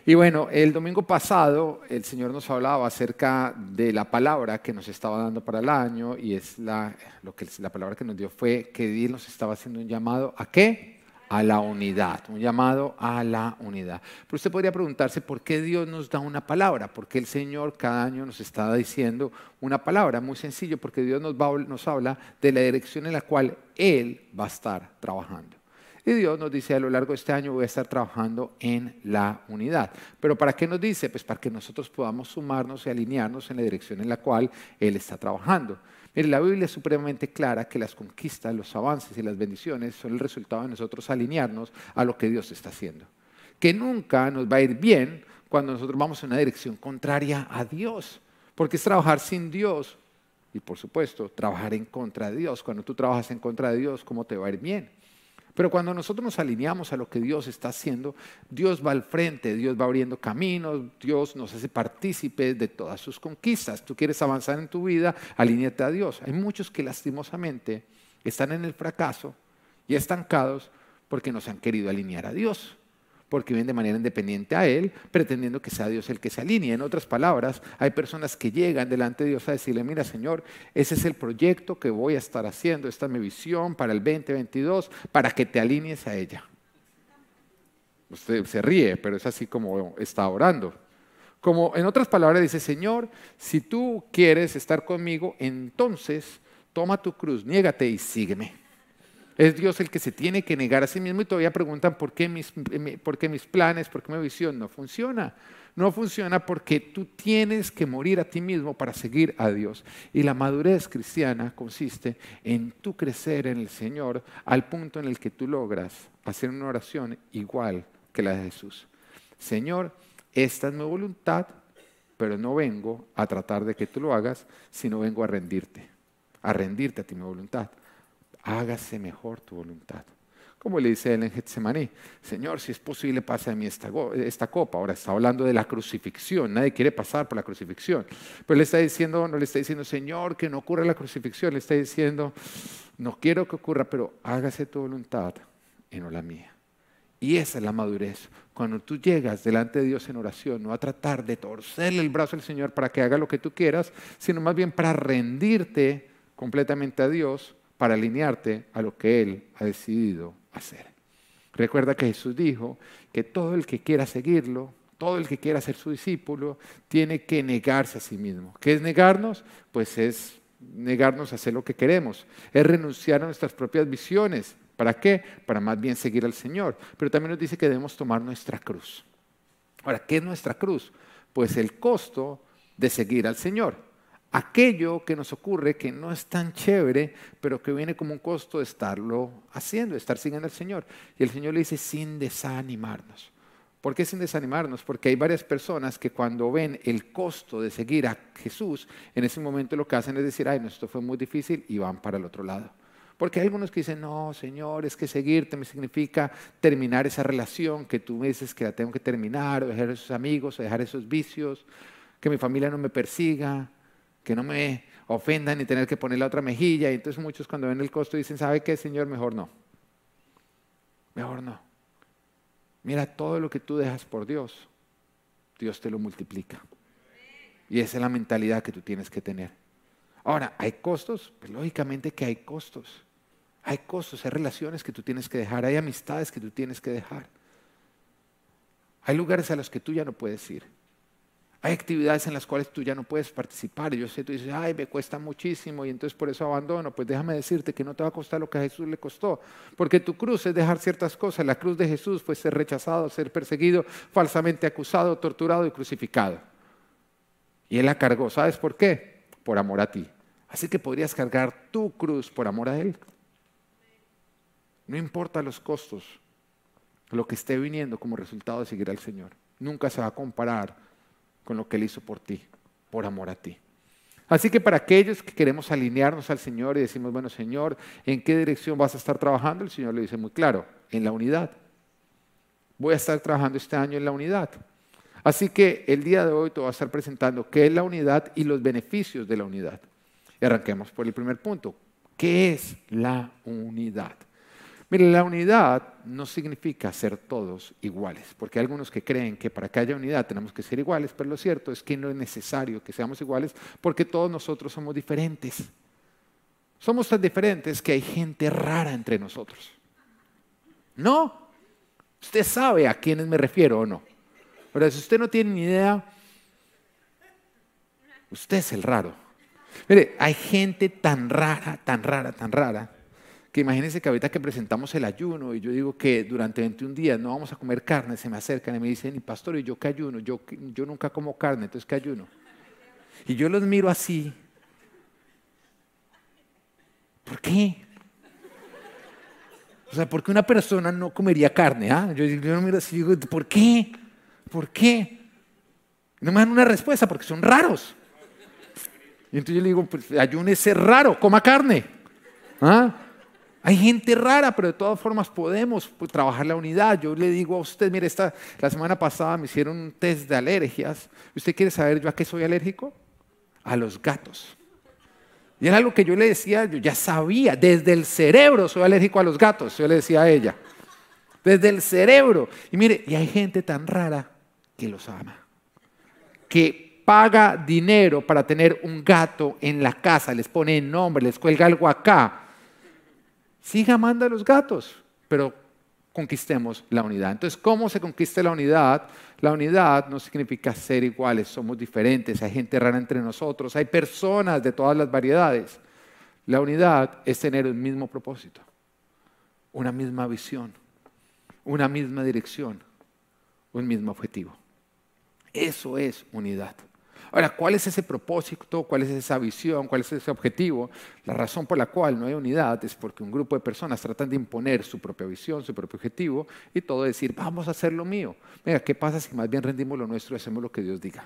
Y bueno, el domingo pasado el Señor nos hablaba acerca de la palabra que nos estaba dando para el año y es la palabra que nos dio fue que Dios nos estaba haciendo un llamado ¿a qué? A la unidad, un llamado a la unidad. Pero usted podría preguntarse por qué Dios nos da una palabra, por qué el Señor cada año nos está diciendo una palabra. Muy sencillo, porque Dios nos habla de la dirección en la cual Él va a estar trabajando. Y Dios nos dice a lo largo de este año voy a estar trabajando en la unidad. ¿Pero para qué nos dice? Pues para que nosotros podamos sumarnos y alinearnos en la dirección en la cual Él está trabajando. Mire, la Biblia es supremamente clara que las conquistas, los avances y las bendiciones son el resultado de nosotros alinearnos a lo que Dios está haciendo. Que nunca nos va a ir bien cuando nosotros vamos en una dirección contraria a Dios. Porque es trabajar sin Dios y por supuesto trabajar en contra de Dios. Cuando tú trabajas en contra de Dios, ¿cómo te va a ir bien? Pero cuando nosotros nos alineamos a lo que Dios está haciendo, Dios va al frente, Dios va abriendo caminos, Dios nos hace partícipes de todas sus conquistas. Tú quieres avanzar en tu vida, alíñate a Dios. Hay muchos que lastimosamente están en el fracaso y estancados porque no se han querido alinear a Dios, porque viven de manera independiente a Él, pretendiendo que sea Dios el que se alinee. En otras palabras, hay personas que llegan delante de Dios a decirle, mira Señor, ese es el proyecto que voy a estar haciendo, esta es mi visión para el 2022, para que te alinees a ella. Usted se ríe, pero es así como está orando. Como en otras palabras dice, Señor, si tú quieres estar conmigo, entonces toma tu cruz, niégate y sígueme. Es Dios el que se tiene que negar a sí mismo y todavía preguntan por qué mis planes, por qué mi visión no funciona. No funciona porque tú tienes que morir a ti mismo para seguir a Dios. Y la madurez cristiana consiste en tú crecer en el Señor al punto en el que tú logras hacer una oración igual que la de Jesús. Señor, esta es mi voluntad, pero no vengo a tratar de que tú lo hagas, sino vengo a rendirte a ti mi voluntad. Hágase mejor tu voluntad. Como le dice él en Getsemaní, Señor, si es posible, pasa de mí esta copa. Ahora está hablando de la crucifixión, nadie quiere pasar por la crucifixión. Pero le está diciendo, no le está diciendo, Señor, que no ocurra la crucifixión, le está diciendo, no quiero que ocurra, pero hágase tu voluntad y no la mía. Y esa es la madurez. Cuando tú llegas delante de Dios en oración, no a tratar de torcerle el brazo al Señor para que haga lo que tú quieras, sino más bien para rendirte completamente a Dios, para alinearte a lo que Él ha decidido hacer. Recuerda que Jesús dijo que todo el que quiera seguirlo, todo el que quiera ser su discípulo, tiene que negarse a sí mismo. ¿Qué es negarnos? Pues es negarnos a hacer lo que queremos, es renunciar a nuestras propias visiones. ¿Para qué? Para más bien seguir al Señor. Pero también nos dice que debemos tomar nuestra cruz. Ahora, ¿qué es nuestra cruz? Pues el costo de seguir al Señor. Aquello que nos ocurre que no es tan chévere, pero que viene como un costo de estarlo haciendo, de estar siguiendo al Señor. Y el Señor le dice sin desanimarnos. ¿Por qué sin desanimarnos? Porque hay varias personas que cuando ven el costo de seguir a Jesús, en ese momento lo que hacen es decir, ay, no, esto fue muy difícil y van para el otro lado. Porque hay algunos que dicen, no, Señor, es que seguirte me significa terminar esa relación que tú me dices que la tengo que terminar, o dejar esos amigos, o dejar esos vicios, que mi familia no me persiga, que no me ofendan ni tener que poner la otra mejilla. Y entonces muchos cuando ven el costo dicen, ¿sabe qué, Señor? Mejor no. Mejor no. Mira, todo lo que tú dejas por Dios, Dios te lo multiplica. Y esa es la mentalidad que tú tienes que tener. Ahora, ¿hay costos? Pues lógicamente que hay costos. Hay costos, hay relaciones que tú tienes que dejar, hay amistades que tú tienes que dejar. Hay lugares a los que tú ya no puedes ir. Hay actividades en las cuales tú ya no puedes participar. Y yo sé, tú dices, ay, me cuesta muchísimo y entonces por eso abandono. Pues déjame decirte que no te va a costar lo que a Jesús le costó. Porque tu cruz es dejar ciertas cosas. La cruz de Jesús fue ser rechazado, ser perseguido, falsamente acusado, torturado y crucificado. Y Él la cargó. ¿Sabes por qué? Por amor a ti. Así que podrías cargar tu cruz por amor a Él. No importa los costos, lo que esté viniendo como resultado de seguir al Señor. Nunca se va a comparar con lo que Él hizo por ti, por amor a ti. Así que para aquellos que queremos alinearnos al Señor y decimos, bueno, Señor, ¿en qué dirección vas a estar trabajando? El Señor le dice muy claro, en la unidad. Voy a estar trabajando este año en la unidad. Así que el día de hoy te voy a estar presentando qué es la unidad y los beneficios de la unidad. Y arranquemos por el primer punto. ¿Qué es la unidad? Mire, la unidad no significa ser todos iguales, porque hay algunos que creen que para que haya unidad tenemos que ser iguales, pero lo cierto es que no es necesario que seamos iguales porque todos nosotros somos diferentes. Somos tan diferentes que hay gente rara entre nosotros. ¿No? Usted sabe a quiénes me refiero o no. Pero si usted no tiene ni idea, usted es el raro. Mire, hay gente tan rara, tan rara, tan rara, que imagínense que ahorita que presentamos el ayuno y yo digo que durante 21 días no vamos a comer carne, se me acercan y me dicen, y pastor, ¿y yo qué ayuno? Yo nunca como carne, entonces ¿qué ayuno? Y yo los miro así. ¿Por qué? O sea, ¿por qué una persona no comería carne? ¿Ah? Yo lo miro así y digo, ¿por qué? ¿Por qué? Y no me dan una respuesta porque son raros. Y entonces yo le digo, pues ayúnese raro, coma carne. ¿Ah? Hay gente rara, pero de todas formas podemos trabajar la unidad. Yo le digo a usted, mire, la semana pasada me hicieron un test de alergias. ¿Usted quiere saber yo a qué soy alérgico? A los gatos. Y era algo que yo le decía, yo ya sabía, desde el cerebro soy alérgico a los gatos, yo le decía a ella. Desde el cerebro. Y mire, y hay gente tan rara que los ama. Que paga dinero para tener un gato en la casa, les pone nombre, les cuelga algo acá. Siga amando a los gatos, pero conquistemos la unidad. Entonces, ¿cómo se conquista la unidad? La unidad no significa ser iguales, somos diferentes, hay gente rara entre nosotros, hay personas de todas las variedades. La unidad es tener un mismo propósito, una misma visión, una misma dirección, un mismo objetivo. Eso es unidad. Ahora, ¿cuál es ese propósito? ¿Cuál es esa visión? ¿Cuál es ese objetivo? La razón por la cual no hay unidad es porque un grupo de personas tratan de imponer su propia visión, su propio objetivo y todo decir, vamos a hacer lo mío. Mira, ¿qué pasa si más bien rendimos lo nuestro y hacemos lo que Dios diga?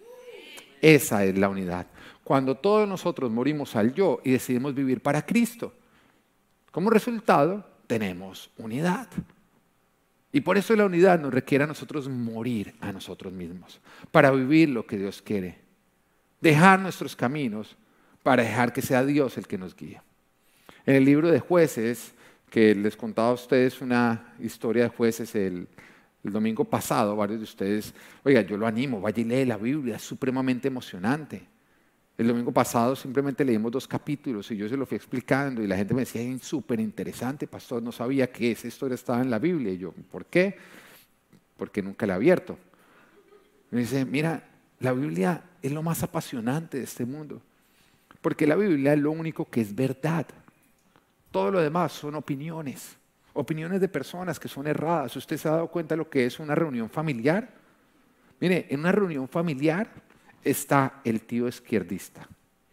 Esa es la unidad. Cuando todos nosotros morimos al yo y decidimos vivir para Cristo, como resultado tenemos unidad. Y por eso la unidad nos requiere a nosotros morir a nosotros mismos, para vivir lo que Dios quiere. Dejar nuestros caminos para dejar que sea Dios el que nos guíe. En el libro de Jueces, que les contaba a ustedes una historia de Jueces el domingo pasado, varios de ustedes, oiga, yo lo animo, vaya y lee la Biblia, es supremamente emocionante. El domingo pasado simplemente leímos 2 capítulos y yo se lo fui explicando y la gente me decía, es súper interesante, pastor, no sabía que esa historia estaba en la Biblia. Y yo, ¿por qué? Porque nunca la he abierto. Me dice, mira, la Biblia es lo más apasionante de este mundo, porque la Biblia es lo único que es verdad. Todo lo demás son opiniones de personas que son erradas. ¿Usted se ha dado cuenta de lo que es una reunión familiar? Mire, en una reunión familiar está el tío izquierdista,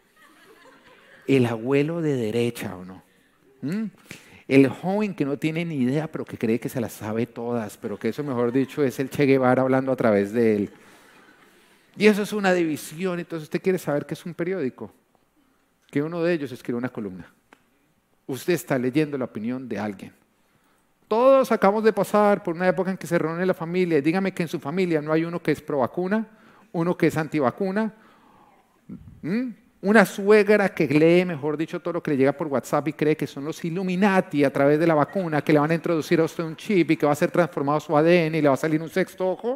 el abuelo de derecha o no, el joven que no tiene ni idea pero que cree que se las sabe todas, pero que eso mejor dicho es el Che Guevara hablando a través de él. Y eso es una división. Entonces usted quiere saber qué es un periódico, que uno de ellos escribe una columna. Usted está leyendo la opinión de alguien. Todos acabamos de pasar por una época en que se reúne la familia. Dígame que en su familia no hay uno que es pro vacuna, uno que es antivacuna, una suegra que lee, mejor dicho, todo lo que le llega por WhatsApp y cree que son los Illuminati a través de la vacuna, que le van a introducir a usted un chip y que va a ser transformado su ADN y le va a salir un sexto ojo.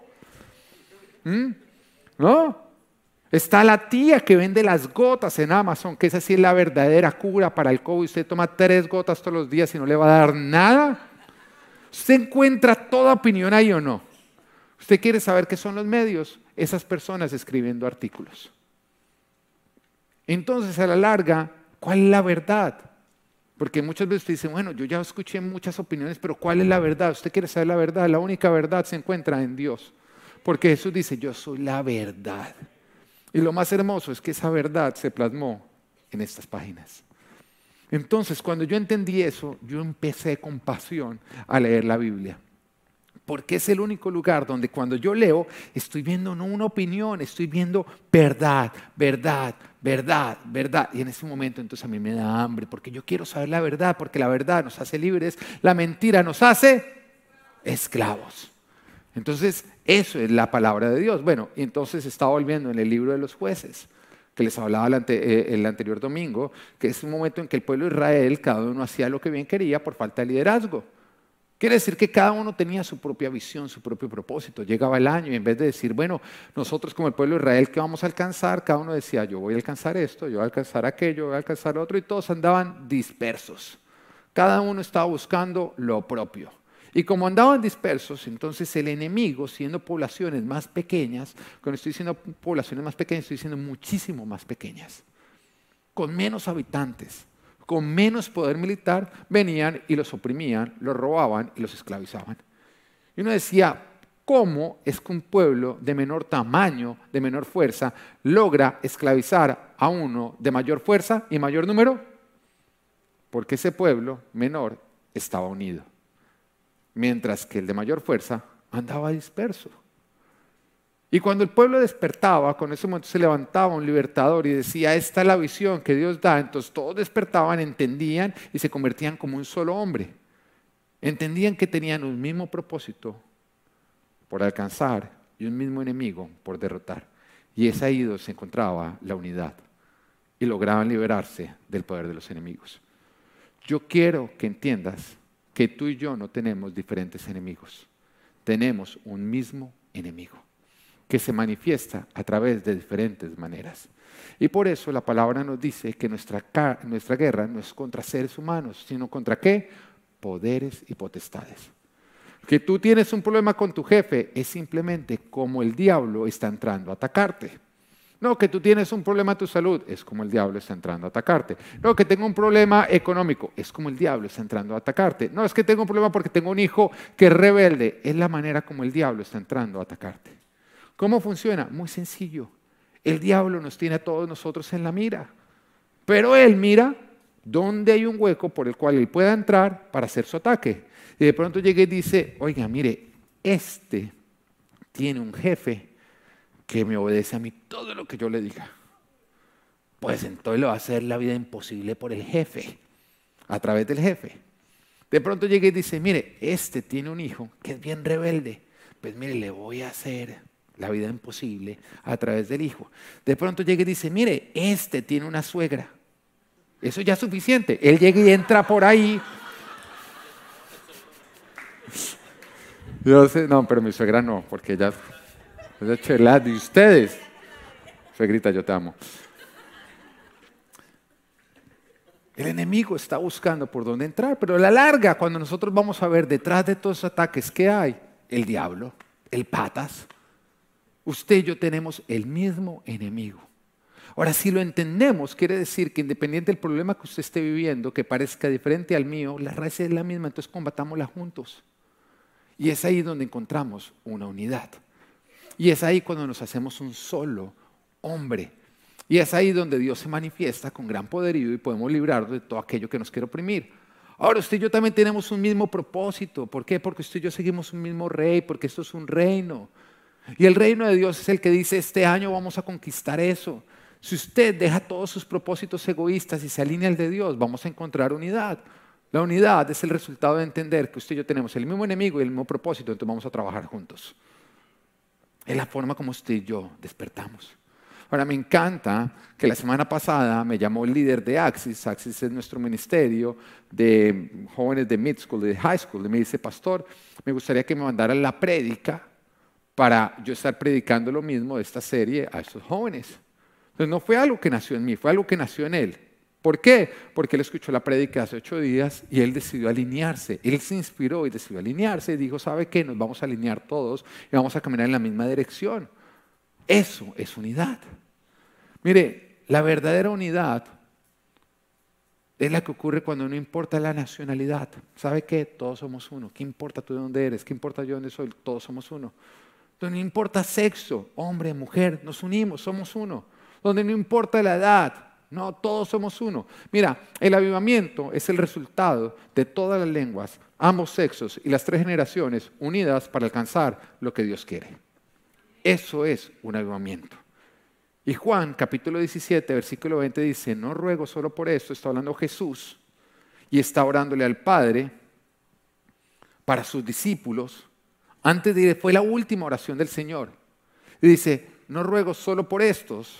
¿No? Está la tía que vende las gotas en Amazon, que esa sí es la verdadera cura para el COVID. Usted toma 3 gotas todos los días y no le va a dar nada. ¿Usted encuentra toda opinión ahí o no? ¿Usted quiere saber qué son los medios? Esas personas escribiendo artículos. Entonces, a la larga, ¿cuál es la verdad? Porque muchas veces usted dice, bueno, yo ya escuché muchas opiniones, pero ¿cuál es la verdad? ¿Usted quiere saber la verdad? La única verdad se encuentra en Dios. Porque Jesús dice, yo soy la verdad. Y lo más hermoso es que esa verdad se plasmó en estas páginas. Entonces, cuando yo entendí eso, yo empecé con pasión a leer la Biblia. Porque es el único lugar donde cuando yo leo, estoy viendo no una opinión, estoy viendo verdad, verdad, verdad, verdad. Y en ese momento entonces a mí me da hambre, porque yo quiero saber la verdad, porque la verdad nos hace libres, la mentira nos hace esclavos. Entonces, eso es la palabra de Dios. Bueno, y entonces está volviendo en el libro de los Jueces. que les hablaba el anterior domingo, que es un momento en que el pueblo de Israel, cada uno hacía lo que bien quería por falta de liderazgo. Quiere decir que cada uno tenía su propia visión, su propio propósito. Llegaba el año y en vez de decir, bueno, nosotros como el pueblo de Israel, ¿qué vamos a alcanzar? Cada uno decía, yo voy a alcanzar esto, yo voy a alcanzar aquello, yo voy a alcanzar lo otro, y todos andaban dispersos. Cada uno estaba buscando lo propio. Y como andaban dispersos, entonces el enemigo, siendo poblaciones más pequeñas, cuando estoy diciendo poblaciones más pequeñas, estoy diciendo muchísimo más pequeñas, con menos habitantes, con menos poder militar, venían y los oprimían, los robaban y los esclavizaban. Y uno decía, ¿cómo es que un pueblo de menor tamaño, de menor fuerza, logra esclavizar a uno de mayor fuerza y mayor número? Porque ese pueblo menor estaba unido, mientras que el de mayor fuerza andaba disperso. Y cuando el pueblo despertaba, con ese momento se levantaba un libertador y decía, esta es la visión que Dios da, entonces todos despertaban, entendían y se convertían como un solo hombre. Entendían que tenían un mismo propósito por alcanzar y un mismo enemigo por derrotar. Y es ahí donde se encontraba la unidad y lograban liberarse del poder de los enemigos. Yo quiero que entiendas que tú y yo no tenemos diferentes enemigos. Tenemos un mismo enemigo que se manifiesta a través de diferentes maneras. Y por eso la palabra nos dice que nuestra guerra no es contra seres humanos, sino contra ¿qué? Poderes y potestades. Que tú tienes un problema con tu jefe es simplemente como el diablo está entrando a atacarte. No, que tú tienes un problema en tu salud, es como el diablo está entrando a atacarte. No, que tengo un problema económico, es como el diablo está entrando a atacarte. No, es que tengo un problema porque tengo un hijo que es rebelde, es la manera como el diablo está entrando a atacarte. ¿Cómo funciona? Muy sencillo. El diablo nos tiene a todos nosotros en la mira, pero él mira dónde hay un hueco por el cual él pueda entrar para hacer su ataque. Y de pronto llega y dice, oiga, mire, este tiene un jefe que me obedece a mí todo lo que yo le diga. Pues entonces le va a hacer la vida imposible por el jefe, a través del jefe. De pronto llega y dice, mire, este tiene un hijo que es bien rebelde. Pues mire, le voy a hacer la vida imposible a través del hijo. De pronto llega y dice, mire, este tiene una suegra. Eso ya es suficiente. Él llega y entra por ahí. Yo sé, no, pero mi suegra no, porque ella es de chela de ustedes. Suegrita, yo te amo. El enemigo está buscando por dónde entrar, pero a la larga, cuando nosotros vamos a ver detrás de todos esos ataques, ¿qué hay? El diablo, el patas. Usted y yo tenemos el mismo enemigo. Ahora, si lo entendemos, quiere decir que independiente del problema que usted esté viviendo, que parezca diferente al mío, la raíz es la misma, entonces combatámosla juntos. Y es ahí donde encontramos una unidad. Y es ahí cuando nos hacemos un solo hombre. Y es ahí donde Dios se manifiesta con gran poderío y podemos librarnos de todo aquello que nos quiere oprimir. Ahora, usted y yo también tenemos un mismo propósito. ¿Por qué? Porque usted y yo seguimos un mismo rey, porque esto es un reino. Y el reino de Dios es el que dice, este año vamos a conquistar eso. Si usted deja todos sus propósitos egoístas y se alinea al de Dios, vamos a encontrar unidad. La unidad es el resultado de entender que usted y yo tenemos el mismo enemigo y el mismo propósito, entonces vamos a trabajar juntos. Es la forma como usted y yo despertamos. Ahora, me encanta que la semana pasada me llamó el líder de Axis. Axis es nuestro ministerio de jóvenes de mid school, de high school. Y me dice, pastor, me gustaría que me mandaran la prédica para yo estar predicando lo mismo de esta serie a estos jóvenes. Entonces no fue algo que nació en mí, fue algo que nació en él. ¿Por qué? Porque él escuchó la prédica hace 8 días y él decidió alinearse. Él se inspiró y decidió alinearse y dijo, ¿sabe qué? Nos vamos a alinear todos y vamos a caminar en la misma dirección. Eso es unidad. Mire, la verdadera unidad es la que ocurre cuando no importa la nacionalidad. ¿Sabe qué? Todos somos uno. ¿Qué importa tú de dónde eres? ¿Qué importa yo de dónde soy? Todos somos uno. Donde no importa sexo, hombre, mujer, nos unimos, somos uno. Donde no importa la edad, no, todos somos uno. Mira, el avivamiento es el resultado de todas las lenguas, ambos sexos y las 3 generaciones unidas para alcanzar lo que Dios quiere. Eso es un avivamiento. Y Juan, capítulo 17, versículo 20 dice, no ruego solo por esto, está hablando Jesús y está orándole al Padre para sus discípulos. Antes de ir, fue la última oración del Señor. Y dice, no ruego solo por estos,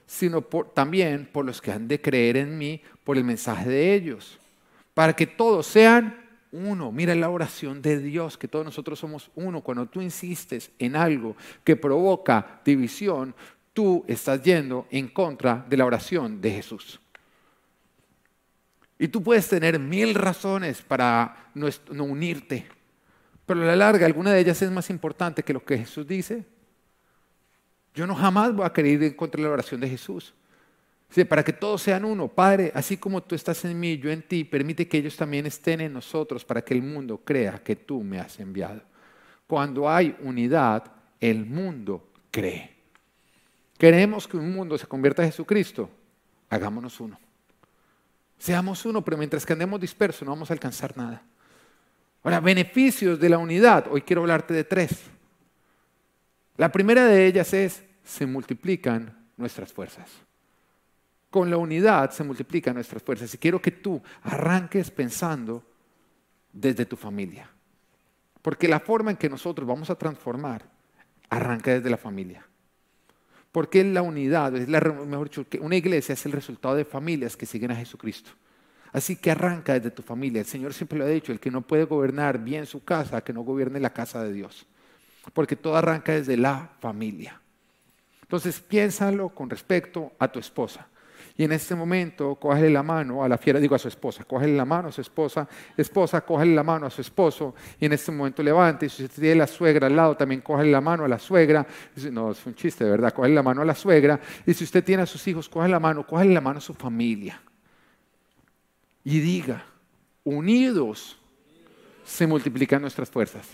sino también por los que han de creer en mí por el mensaje de ellos, para que todos sean uno. Mira la oración de Dios, que todos nosotros somos uno. Cuando tú insistes en algo que provoca división, tú estás yendo en contra de la oración de Jesús. Y tú puedes tener 1000 razones para no unirte, pero a la larga alguna de ellas es más importante que lo que Jesús dice. Yo no jamás voy a querer ir en contra de la oración de Jesús. Dice, para que todos sean uno, Padre, así como tú estás en mí, yo en ti, permite que ellos también estén en nosotros para que el mundo crea que tú me has enviado. Cuando hay unidad, el mundo cree. ¿Queremos que un mundo se convierta a Jesucristo? Hagámonos uno. Seamos uno, pero mientras que andemos dispersos no vamos a alcanzar nada. Ahora, beneficios de la unidad. Hoy quiero hablarte de 3. La primera de ellas es, se multiplican nuestras fuerzas. Con la unidad se multiplican nuestras fuerzas. Y quiero que tú arranques pensando desde tu familia. Porque la forma en que nosotros vamos a transformar arranca desde la familia. Porque la unidad, mejor dicho, que una iglesia es el resultado de familias que siguen a Jesucristo. Así que arranca desde tu familia. El Señor siempre lo ha dicho, el que no puede gobernar bien su casa, que no gobierne la casa de Dios. Porque todo arranca desde la familia. Entonces piénsalo con respecto a tu esposa. Y en este momento, cógele la mano a la fiera, digo a su esposa, cógele la mano a su esposa, cógele la mano a su esposo, y en este momento levante, y si usted tiene la suegra al lado, también cógele la mano a la suegra, no, es un chiste, ¿verdad? Cógele la mano a la suegra, y si usted tiene a sus hijos, cógele la mano a su familia. Y diga, unidos se multiplican nuestras fuerzas.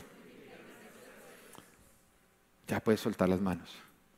Ya puedes soltar las manos.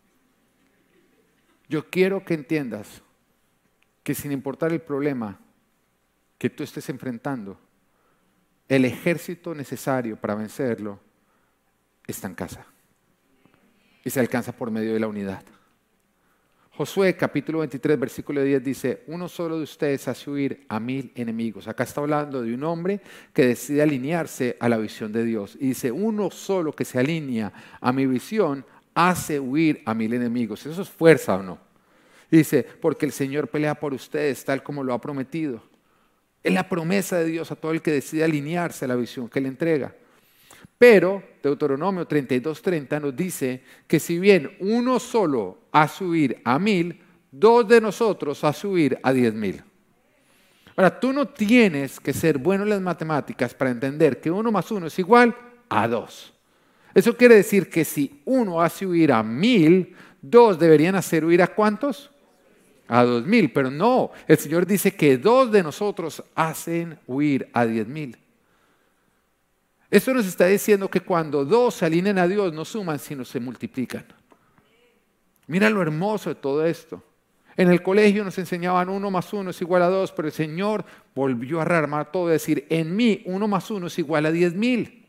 Yo quiero que entiendas que sin importar el problema que tú estés enfrentando, el ejército necesario para vencerlo está en casa. Y se alcanza por medio de la unidad. Josué capítulo 23 versículo 10 dice, uno solo de ustedes hace huir a 1000 enemigos. Acá está hablando de un hombre que decide alinearse a la visión de Dios. Y dice, uno solo que se alinea a mi visión hace huir a 1000 enemigos. ¿Eso es fuerza o no? Dice, porque el Señor pelea por ustedes tal como lo ha prometido. Es la promesa de Dios a todo el que decide alinearse a la visión que le entrega. Pero Deuteronomio 32:30 nos dice que si bien uno solo hace huir a 1000, 2 de nosotros hace huir a 10,000. Ahora, tú no tienes que ser bueno en las matemáticas para entender que 1 más 1 es igual a 2. Eso quiere decir que si uno hace huir a 1000, 2 deberían hacer huir ¿a cuántos? A 2000, pero no, el Señor dice que 2 de nosotros hacen huir a 10,000. Esto nos está diciendo que cuando 2 se alinean a Dios no suman sino se multiplican. Mira lo hermoso de todo esto. En el colegio nos enseñaban 1 más 1 es igual a 2, pero el Señor volvió a rearmar todo y decir, en mí 1 más 1 es igual a 10,000.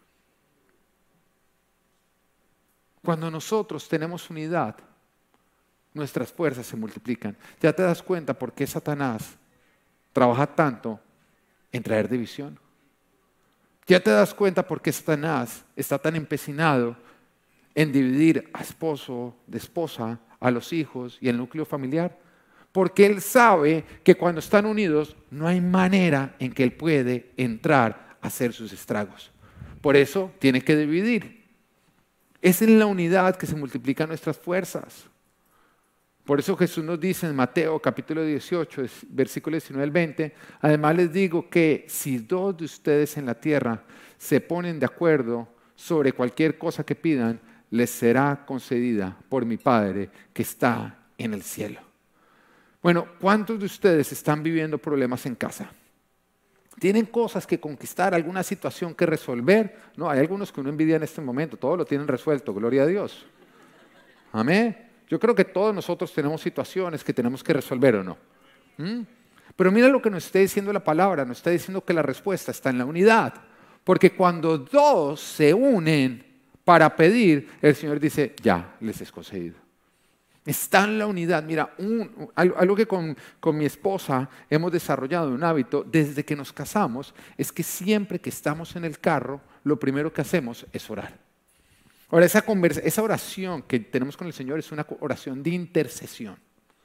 Cuando nosotros tenemos unidad, nuestras fuerzas se multiplican. Ya te das cuenta por qué Satanás trabaja tanto en traer división. Ya te das cuenta por qué Satanás está tan empecinado en dividir a esposo, de esposa, a los hijos y el núcleo familiar. Porque él sabe que cuando están unidos no hay manera en que él puede entrar a hacer sus estragos. Por eso tiene que dividir. Es en la unidad que se multiplican nuestras fuerzas. Por eso Jesús nos dice en Mateo capítulo 18, versículo 19 al 20, además les digo que si 2 de ustedes en la tierra se ponen de acuerdo sobre cualquier cosa que pidan, les será concedida por mi Padre que está en el cielo. Bueno, ¿cuántos de ustedes están viviendo problemas en casa? ¿Tienen cosas que conquistar, alguna situación que resolver? No, hay algunos que uno envidia en este momento, todos lo tienen resuelto, gloria a Dios. Amén. Yo creo que todos nosotros tenemos situaciones que tenemos que resolver, ¿o no? Pero mira lo que nos está diciendo la palabra, nos está diciendo que la respuesta está en la unidad. Porque cuando 2 se unen para pedir, el Señor dice, ya, les es concedido. Está en la unidad. Mira, algo que con mi esposa hemos desarrollado un hábito desde que nos casamos, es que siempre que estamos en el carro, lo primero que hacemos es orar. Ahora, esa oración que tenemos con el Señor es una oración de intercesión.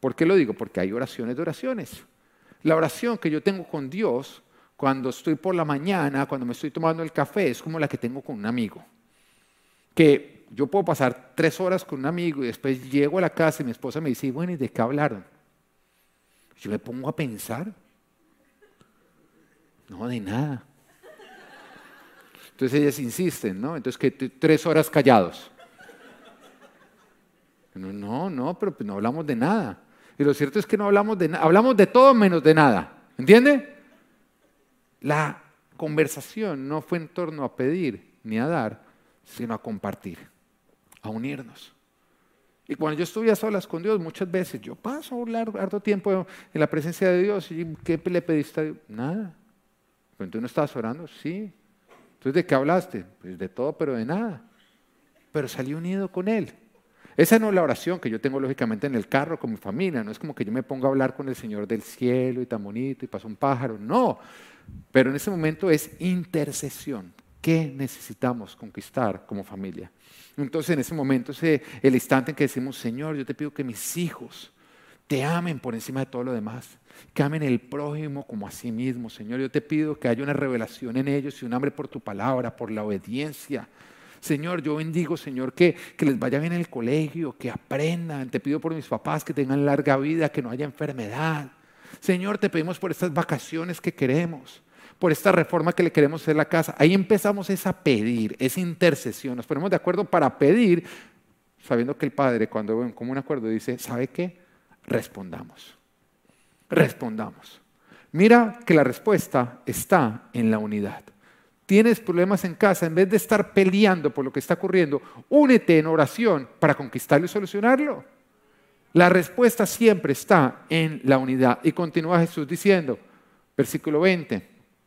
¿Por qué lo digo? Porque hay oraciones de oraciones. La oración que yo tengo con Dios cuando estoy por la mañana, cuando me estoy tomando el café, es como la que tengo con un amigo. Que yo puedo pasar 3 horas con un amigo y después llego a la casa y mi esposa me dice, bueno, ¿y de qué hablaron? Yo me pongo a pensar. No, de nada. Entonces ellas insisten, ¿no? Entonces que 3 horas callados. No, pero pues no hablamos de nada. Y lo cierto es que no hablamos de nada, hablamos de todo menos de nada. ¿Entiende? La conversación no fue en torno a pedir ni a dar, sino a compartir, a unirnos. Y cuando yo estuve a solas con Dios, muchas veces yo paso un largo tiempo en la presencia de Dios. ¿Y qué le pediste a Dios? Nada. ¿Pero tú no estabas orando? Sí. Entonces, ¿de qué hablaste? Pues de todo, pero de nada. Pero salí unido con Él. Esa no es la oración que yo tengo lógicamente en el carro con mi familia. No es como que yo me ponga a hablar con el Señor del cielo y tan bonito y pasa un pájaro. No. Pero en ese momento es intercesión. ¿Qué necesitamos conquistar como familia? Entonces en ese momento es el instante en que decimos, Señor, yo te pido que mis hijos te amen por encima de todo lo demás, que amen el prójimo como a sí mismo, Señor. Yo te pido que haya una revelación en ellos y un hambre por tu palabra, por la obediencia. Señor, yo bendigo, Señor, que les vaya bien en el colegio, que aprendan. Te pido por mis papás que tengan larga vida, que no haya enfermedad. Señor, te pedimos por estas vacaciones que queremos, por esta reforma que le queremos hacer a la casa. Ahí empezamos a pedir, esa intercesión. Nos ponemos de acuerdo para pedir, sabiendo que el Padre, cuando en común acuerdo, dice, ¿sabe qué? Respondamos. Respondamos. Mira que la respuesta está en la unidad. Tienes problemas en casa, en vez de estar peleando por lo que está ocurriendo, únete en oración para conquistarlo y solucionarlo. La respuesta siempre está en la unidad. Y continúa Jesús diciendo, versículo 20,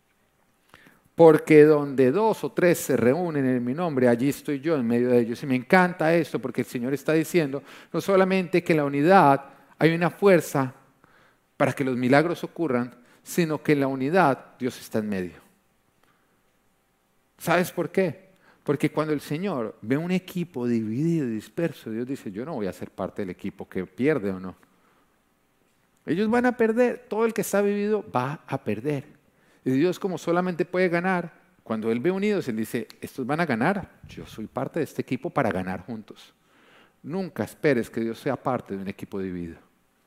porque donde 2 o 3 se reúnen en mi nombre, allí estoy yo en medio de ellos. Y me encanta esto porque el Señor está diciendo no solamente que en la unidad hay una fuerza para que los milagros ocurran, sino que en la unidad Dios está en medio. ¿Sabes por qué? Porque cuando el Señor ve un equipo dividido y disperso, Dios dice, yo no voy a ser parte del equipo que pierde o no. Ellos van a perder, todo el que está dividido va a perder. Y Dios como solamente puede ganar, cuando Él ve unidos, Él dice, estos van a ganar, yo soy parte de este equipo para ganar juntos. Nunca esperes que Dios sea parte de un equipo dividido.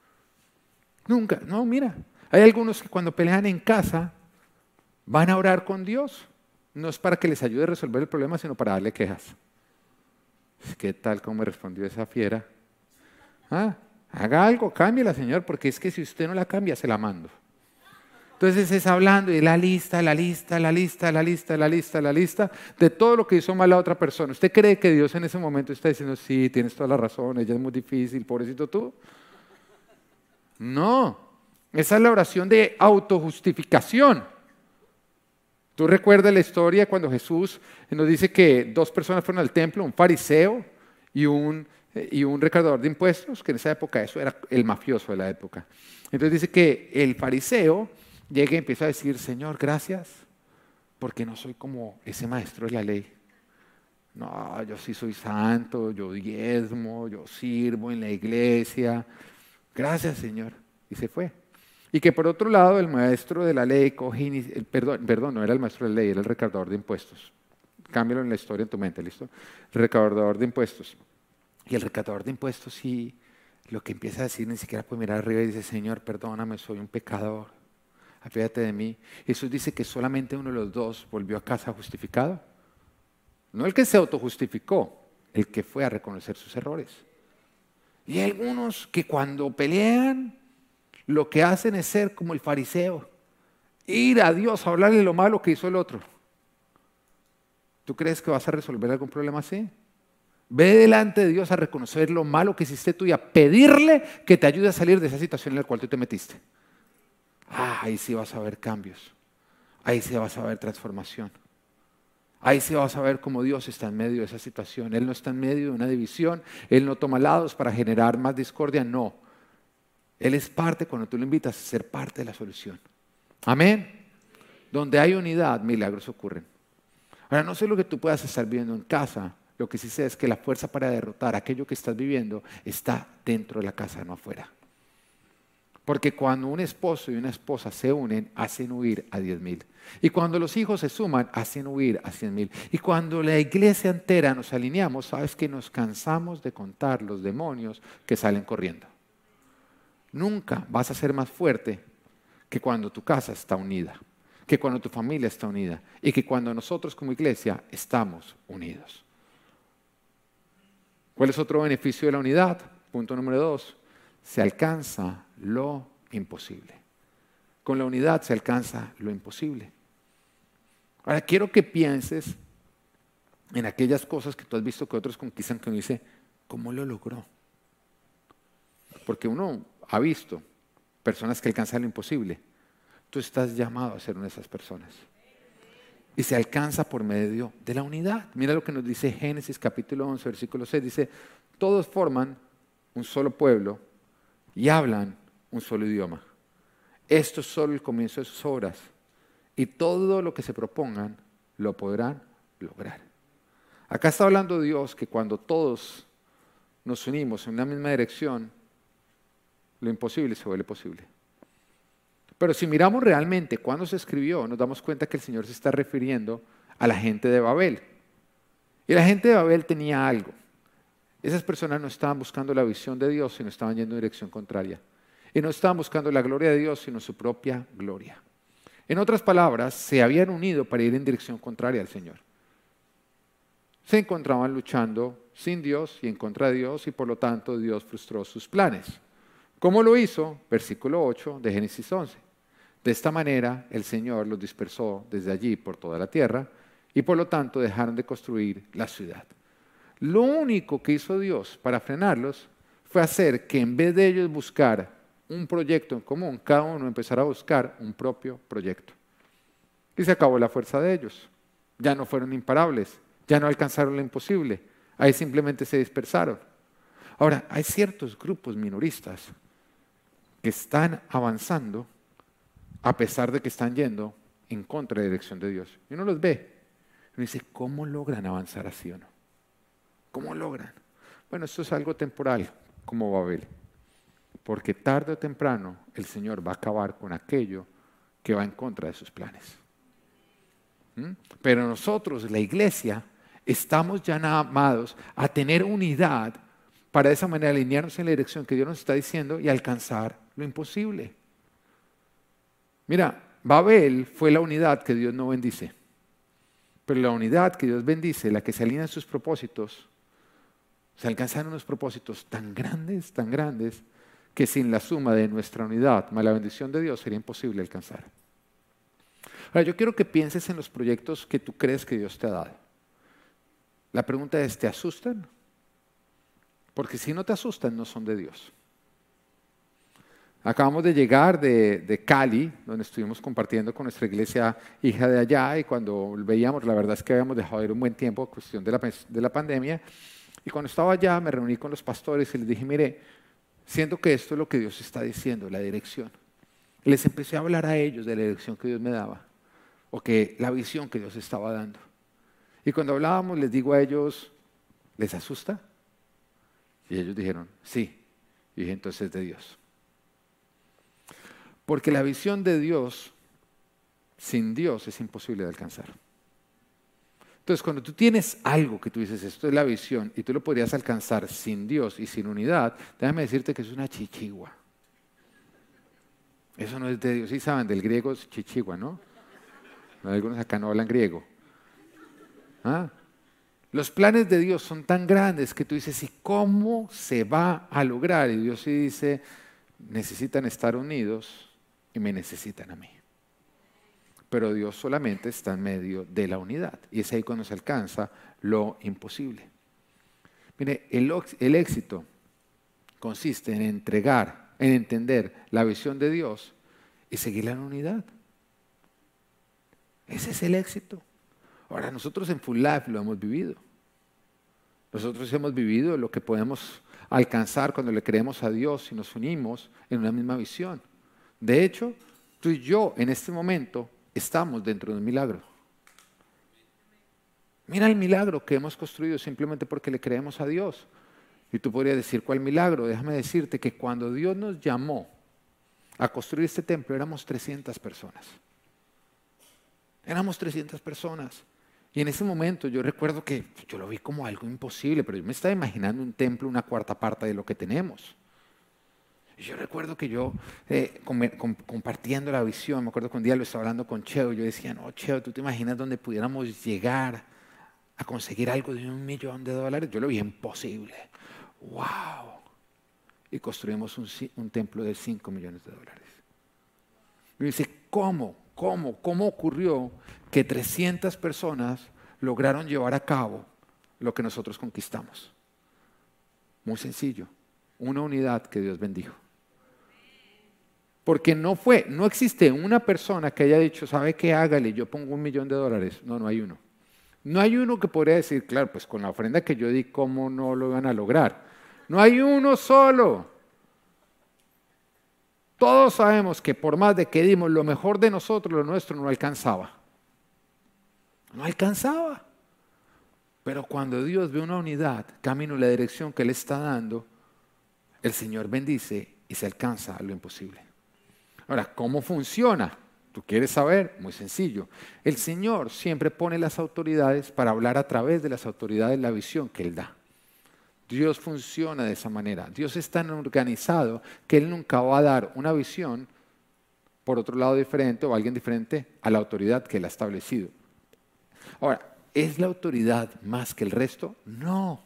Nunca, no, mira, hay algunos que cuando pelean en casa van a orar con Dios. No es para que les ayude a resolver el problema, sino para darle quejas. ¿Qué tal cómo me respondió esa fiera? Haga algo, cámbiela, Señor, porque es que si usted no la cambia, se la mando. Entonces es hablando de la lista de todo lo que hizo mal la otra persona. ¿Usted cree que Dios en ese momento está diciendo, sí, tienes toda la razón, ella es muy difícil, pobrecito tú? No, esa es la oración de autojustificación. ¿Tú recuerdas la historia cuando Jesús nos dice que 2 personas fueron al templo, un fariseo y un recaudador de impuestos? Que en esa época eso era el mafioso de la época. Entonces dice que el fariseo llega y empieza a decir, Señor, gracias, porque no soy como ese maestro de la ley. No, yo sí soy santo, yo diezmo, yo sirvo en la iglesia. Gracias, Señor. Y se fue. Y que por otro lado el maestro de la ley perdón, no era el maestro de la ley, era el recaudador de impuestos. Cámbialo en la historia en tu mente, ¿listo? El recaudador de impuestos. Y el recaudador de impuestos sí, lo que empieza a decir ni siquiera puede mirar arriba y dice, Señor, perdóname, soy un pecador, apiádate de mí. Jesús dice que solamente uno de los 2 volvió a casa justificado. No el que se autojustificó, el que fue a reconocer sus errores. Y hay algunos que cuando pelean, lo que hacen es ser como el fariseo, ir a Dios a hablarle lo malo que hizo el otro. ¿Tú crees que vas a resolver algún problema así? Ve delante de Dios a reconocer lo malo que hiciste tú y a pedirle que te ayude a salir de esa situación en la cual tú te metiste. Ahí sí vas a ver cambios, ahí sí vas a ver transformación. Ahí sí vas a ver cómo Dios está en medio de esa situación. Él no está en medio de una división, Él no toma lados para generar más discordia, no. Él es parte cuando tú lo invitas a ser parte de la solución. Amén. Donde hay unidad, milagros ocurren. Ahora, no sé lo que tú puedas estar viviendo en casa. Lo que sí sé es que la fuerza para derrotar aquello que estás viviendo está dentro de la casa, no afuera. Porque cuando un esposo y una esposa se unen, hacen huir a 10,000. Y cuando los hijos se suman, hacen huir a 100,000. Y cuando la iglesia entera nos alineamos, sabes que nos cansamos de contar los demonios que salen corriendo. Nunca vas a ser más fuerte que cuando tu casa está unida, que cuando tu familia está unida y que cuando nosotros como iglesia estamos unidos. ¿Cuál es otro beneficio de la unidad? Punto número 2. Se alcanza lo imposible. Con la unidad se alcanza lo imposible. Ahora quiero que pienses en aquellas cosas que tú has visto que otros conquistan, que uno dice, ¿cómo lo logró? Porque uno ha visto personas que alcanzan lo imposible. Tú estás llamado a ser una de esas personas. Y se alcanza por medio de la unidad. Mira lo que nos dice Génesis capítulo 11, versículo 6. Dice, todos forman un solo pueblo y hablan un solo idioma. Esto es solo el comienzo de sus obras. Y todo lo que se propongan lo podrán lograr. Acá está hablando Dios que cuando todos nos unimos en una misma dirección, lo imposible se vuelve posible. Pero si miramos realmente cuándo se escribió, nos damos cuenta que el Señor se está refiriendo a la gente de Babel. Y la gente de Babel tenía algo. Esas personas no estaban buscando la visión de Dios, sino estaban yendo en dirección contraria. Y no estaban buscando la gloria de Dios, sino su propia gloria. En otras palabras, se habían unido para ir en dirección contraria al Señor. Se encontraban luchando sin Dios y en contra de Dios, y por lo tanto Dios frustró sus planes. ¿Cómo lo hizo? Versículo 8 de Génesis 11. De esta manera el Señor los dispersó desde allí por toda la tierra y por lo tanto dejaron de construir la ciudad. Lo único que hizo Dios para frenarlos fue hacer que en vez de ellos buscar un proyecto en común, cada uno empezara a buscar un propio proyecto. Y se acabó la fuerza de ellos. Ya no fueron imparables, ya no alcanzaron lo imposible, ahí simplemente se dispersaron. Ahora, hay ciertos grupos minoristas que están avanzando a pesar de que están yendo en contra de la dirección de Dios. Y uno los ve. Y uno dice, ¿cómo logran avanzar así o no? ¿Cómo logran? Bueno, esto es algo temporal, como Babel. Porque tarde o temprano el Señor va a acabar con aquello que va en contra de sus planes. Pero nosotros, la iglesia, estamos ya llamados a tener unidad para de esa manera alinearnos en la dirección que Dios nos está diciendo y alcanzar lo imposible. Mira, Babel fue la unidad que Dios no bendice. Pero la unidad que Dios bendice, la que se alinea en sus propósitos, se alcanzan unos propósitos tan grandes, que sin la suma de nuestra unidad, más la bendición de Dios, sería imposible alcanzar. Ahora, yo quiero que pienses en los proyectos que tú crees que Dios te ha dado. La pregunta es, ¿te asustan? Porque si no te asustan, no son de Dios. Acabamos de llegar de Cali, donde estuvimos compartiendo con nuestra iglesia hija de allá, y cuando veíamos, la verdad es que habíamos dejado de ir un buen tiempo, cuestión de la pandemia, y cuando estaba allá me reuní con los pastores y les dije, mire, siento que esto es lo que Dios está diciendo, la dirección. Y les empecé a hablar a ellos de la dirección que Dios me daba, o que la visión que Dios estaba dando. Y cuando hablábamos les digo a ellos, ¿les asusta? Y ellos dijeron, sí. Y dije, entonces es de Dios. Porque la visión de Dios, sin Dios, es imposible de alcanzar. Entonces, cuando tú tienes algo que tú dices, esto es la visión, y tú lo podrías alcanzar sin Dios y sin unidad, déjame decirte que es una chichigua. Eso no es de Dios. Sí saben, del griego es chichigua, ¿no? Algunos acá no hablan griego. ¿Ah? Los planes de Dios son tan grandes que tú dices, ¿y cómo se va a lograr? Y Dios sí dice, necesitan estar unidos y me necesitan a mí. Pero Dios solamente está en medio de la unidad. Y es ahí cuando se alcanza lo imposible. Mire, el éxito consiste en entregar, en entender la visión de Dios y seguirla en unidad. Ese es el éxito. Ahora, nosotros en Full Life lo hemos vivido. Nosotros hemos vivido lo que podemos alcanzar cuando le creemos a Dios y nos unimos en una misma visión. De hecho, tú y yo en este momento estamos dentro de un milagro. Mira el milagro que hemos construido simplemente porque le creemos a Dios. Y tú podrías decir, ¿cuál milagro? Déjame decirte que cuando Dios nos llamó a construir este templo, éramos 300 personas. Éramos 300 personas. Y en ese momento yo recuerdo que yo lo vi como algo imposible, pero yo me estaba imaginando un templo, una cuarta parte de lo que tenemos. Y yo recuerdo que yo, compartiendo la visión, me acuerdo que un día lo estaba hablando con Cheo, yo decía, no, Cheo, ¿tú te imaginas dónde pudiéramos llegar a conseguir algo de $1.000.000? Yo lo vi imposible. ¡Wow! Y construimos un templo de $5.000.000. Y me dice, ¿cómo ocurrió que 300 personas lograron llevar a cabo lo que nosotros conquistamos? Muy sencillo, una unidad que Dios bendijo. Porque no existe una persona que haya dicho, ¿sabe qué? Hágale, yo pongo $1.000.000. No hay uno. No hay uno que podría decir, claro, pues con la ofrenda que yo di, ¿cómo no lo van a lograr? No hay uno solo. Todos sabemos que por más de que dimos lo mejor de nosotros, lo nuestro no alcanzaba. No alcanzaba. Pero cuando Dios ve una unidad, camino en la dirección que Él está dando, el Señor bendice y se alcanza lo imposible. Ahora, ¿cómo funciona? ¿Tú quieres saber? Muy sencillo. El Señor siempre pone las autoridades para hablar a través de las autoridades la visión que Él da. Dios funciona de esa manera. Dios es tan organizado que Él nunca va a dar una visión por otro lado diferente o alguien diferente a la autoridad que Él ha establecido. Ahora, ¿es la autoridad más que el resto? No,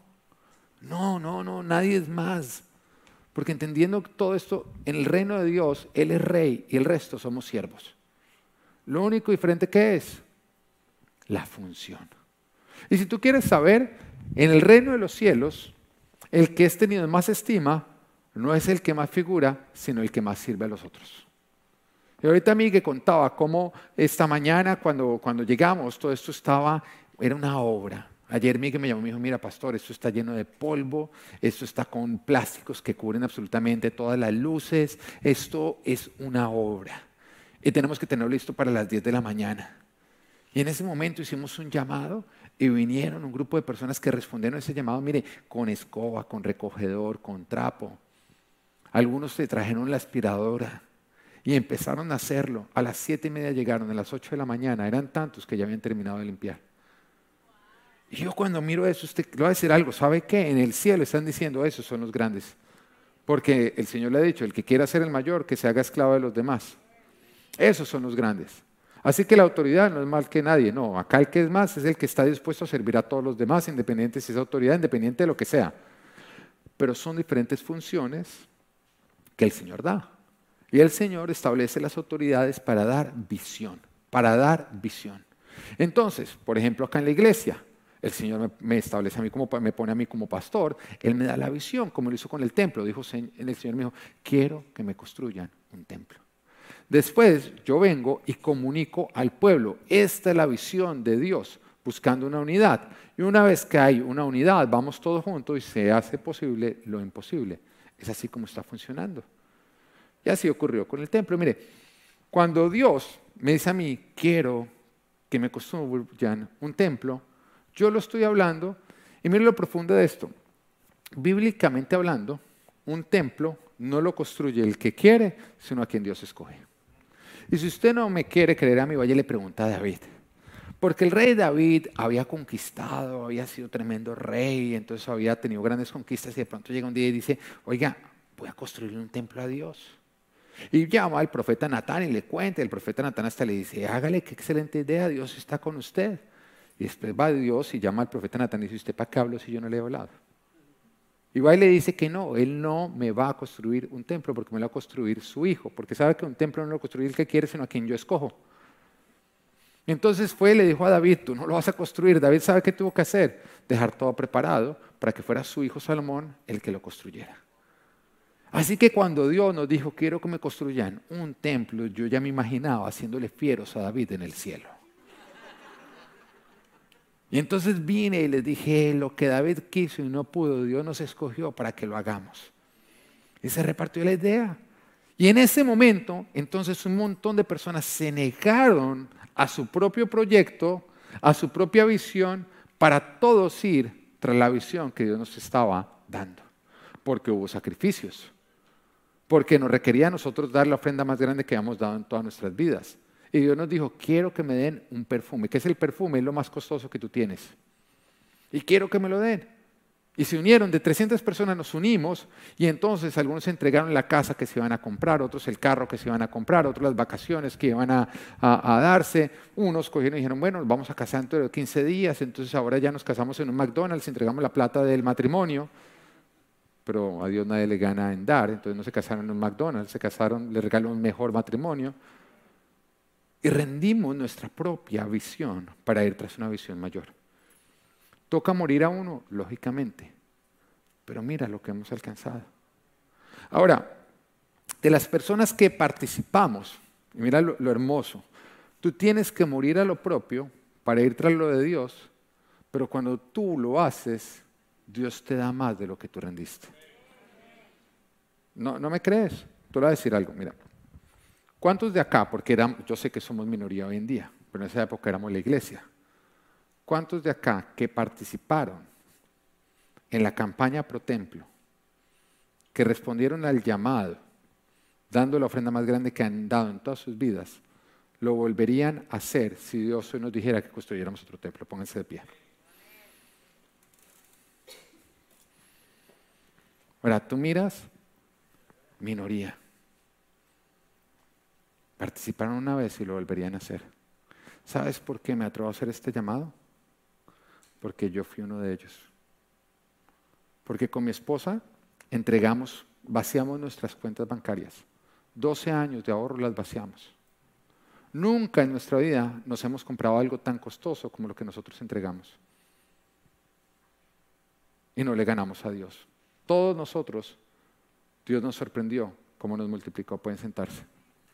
nadie es más. Porque entendiendo todo esto, en el reino de Dios, Él es rey y el resto somos siervos. Lo único diferente que es la función. Y si tú quieres saber, en el reino de los cielos, el que es tenido en más estima no es el que más figura, sino el que más sirve a los otros. Y ahorita Miguel contaba cómo esta mañana cuando llegamos, todo esto era una obra. Ayer Miguel me llamó y me dijo, mira pastor, esto está lleno de polvo, esto está con plásticos que cubren absolutamente todas las luces, esto es una obra. Y tenemos que tenerlo listo para las 10 de la mañana. Y en ese momento hicimos un llamado y vinieron un grupo de personas que respondieron a ese llamado, mire, con escoba, con recogedor, con trapo. Algunos se trajeron la aspiradora y empezaron a hacerlo. A las 7:30 llegaron, a las 8 de la mañana, eran tantos que ya habían terminado de limpiar. Y yo cuando miro eso, usted le voy a decir algo, ¿sabe qué? En el cielo están diciendo, esos son los grandes. Porque el Señor le ha dicho, el que quiera ser el mayor, que se haga esclavo de los demás. Esos son los grandes. Así que la autoridad no es más que nadie, no. Acá el que es más es el que está dispuesto a servir a todos los demás, independiente si es autoridad, independiente de lo que sea. Pero son diferentes funciones que el Señor da. Y el Señor establece las autoridades para dar visión, Entonces, por ejemplo, acá en la iglesia, el Señor me establece a mí me pone a mí como pastor, Él me da la visión, como lo hizo con el templo. El Señor me dijo, quiero que me construyan un templo. Después yo vengo y comunico al pueblo, esta es la visión de Dios, buscando una unidad. Y una vez que hay una unidad, vamos todos juntos y se hace posible lo imposible. Es así como está funcionando. Y así ocurrió con el templo. Mire, cuando Dios me dice a mí, quiero que me construyan un templo, yo lo estoy hablando, y mire lo profundo de esto. Bíblicamente hablando, un templo no lo construye el que quiere, sino a quien Dios escoge. Y si usted no me quiere creer a mí, vaya y le pregunta a David. Porque el rey David había conquistado, había sido tremendo rey, entonces había tenido grandes conquistas y de pronto llega un día y dice, oiga, voy a construir un templo a Dios. Y llama al profeta Natán y le cuenta, el profeta Natán hasta le dice, hágale, qué excelente idea, Dios está con usted. Y después va Dios y llama al profeta Natán y dice, ¿usted para qué hablo si yo no le he hablado? Y va y le dice que no, él no me va a construir un templo porque me lo va a construir su hijo, porque sabe que un templo no lo construye el que quiere, sino a quien yo escojo. Entonces fue y le dijo a David, tú no lo vas a construir. David sabe qué tuvo que hacer, dejar todo preparado para que fuera su hijo Salomón el que lo construyera. Así que cuando Dios nos dijo, quiero que me construyan un templo, yo ya me imaginaba haciéndole fieros a David en el cielo. Y entonces vine y les dije, lo que David quiso y no pudo, Dios nos escogió para que lo hagamos. Y se repartió la idea. Y en ese momento, entonces un montón de personas se negaron a su propio proyecto, a su propia visión, para todos ir tras la visión que Dios nos estaba dando. Porque hubo sacrificios. porque nos requería a nosotros dar la ofrenda más grande que habíamos dado en todas nuestras vidas. Y Dios nos dijo, quiero que me den un perfume. ¿Qué es el perfume? Es lo más costoso que tú tienes. Y quiero que me lo den. Y se unieron, de 300 personas nos unimos, y entonces algunos entregaron la casa que se iban a comprar, otros el carro que se iban a comprar, otros las vacaciones que iban a darse. Unos cogieron y dijeron, bueno, nos vamos a casar dentro de 15 días, entonces ahora ya nos casamos en un McDonald's, entregamos la plata del matrimonio. Pero a Dios nadie le gana en dar, entonces no se casaron en un McDonald's, se casaron, le regaló un mejor matrimonio. Y rendimos nuestra propia visión para ir tras una visión mayor. Toca morir a uno, lógicamente, pero mira lo que hemos alcanzado. Ahora, de las personas que participamos, y mira lo hermoso, tú tienes que morir a lo propio para ir tras lo de Dios, pero cuando tú lo haces, Dios te da más de lo que tú rendiste. ¿No me crees? Te voy a decir algo, mira. ¿Cuántos de acá, porque yo sé que somos minoría hoy en día, pero en esa época éramos la iglesia, cuántos de acá que participaron en la campaña Pro Templo, que respondieron al llamado, dando la ofrenda más grande que han dado en todas sus vidas, lo volverían a hacer si Dios hoy nos dijera que construyéramos otro templo? Pónganse de pie. Ahora, tú miras, minoría. Participaron una vez y lo volverían a hacer. ¿Sabes por qué me atrevo a hacer este llamado? Porque yo fui uno de ellos. Porque con mi esposa vaciamos nuestras cuentas bancarias. 12 años de ahorro las vaciamos. Nunca en nuestra vida nos hemos comprado algo tan costoso como lo que nosotros entregamos. Y no le ganamos a Dios. Todos nosotros, Dios nos sorprendió cómo nos multiplicó. Pueden sentarse.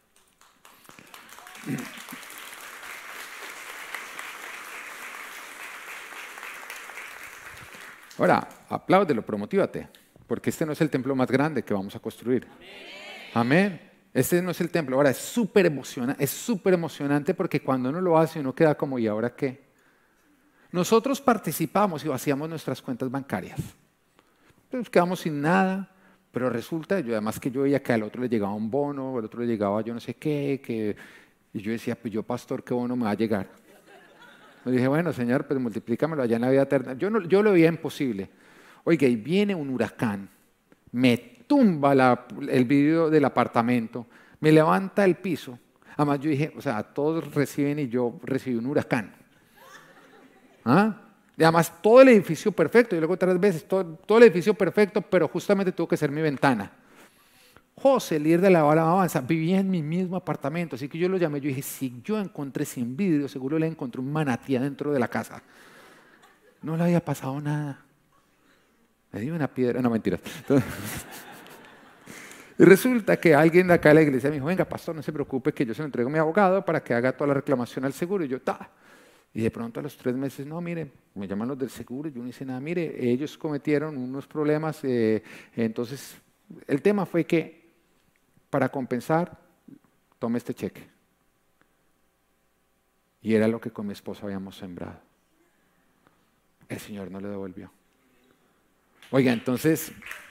Ahora, apláudelo, pero motívate, porque este no es el templo más grande que vamos a construir. Amén. Este no es el templo. Ahora, es súper emocionante porque cuando uno lo hace, uno queda como, ¿y ahora qué? Nosotros participamos y vaciamos nuestras cuentas bancarias. Nos quedamos sin nada, pero resulta, además que yo veía que al otro le llegaba un bono, al otro le llegaba yo no sé qué, y yo decía, pues yo pastor, ¿qué bono me va a llegar? Le dije, bueno, Señor, pues multiplícamelo allá en la vida eterna. Yo lo veía imposible. Oiga, y viene un huracán, me tumba el vidrio del apartamento, me levanta el piso. Además yo dije, o sea, todos reciben y yo recibí un huracán. ¿Ah? Y además todo el edificio perfecto, yo luego 3 veces, todo el edificio perfecto, pero justamente tuvo que ser mi ventana. José, el líder de la alabanza, vivía en mi mismo apartamento, así que yo lo llamé, yo dije, si yo encontré sin vidrio, seguro le encontré un manatí dentro de la casa. No le había pasado nada. Me dio una piedra, no, mentiras. Entonces, y resulta que alguien de acá de la iglesia me dijo, venga, pastor, no se preocupe que yo se lo entrego a mi abogado para que haga toda la reclamación al seguro. Y yo, ta. Y de pronto a los 3 meses, no, mire, me llaman los del seguro, yo no hice nada, mire, ellos cometieron unos problemas, entonces el tema fue que para compensar, tome este cheque. Y era lo que con mi esposa habíamos sembrado. El Señor no le devolvió. Oiga, entonces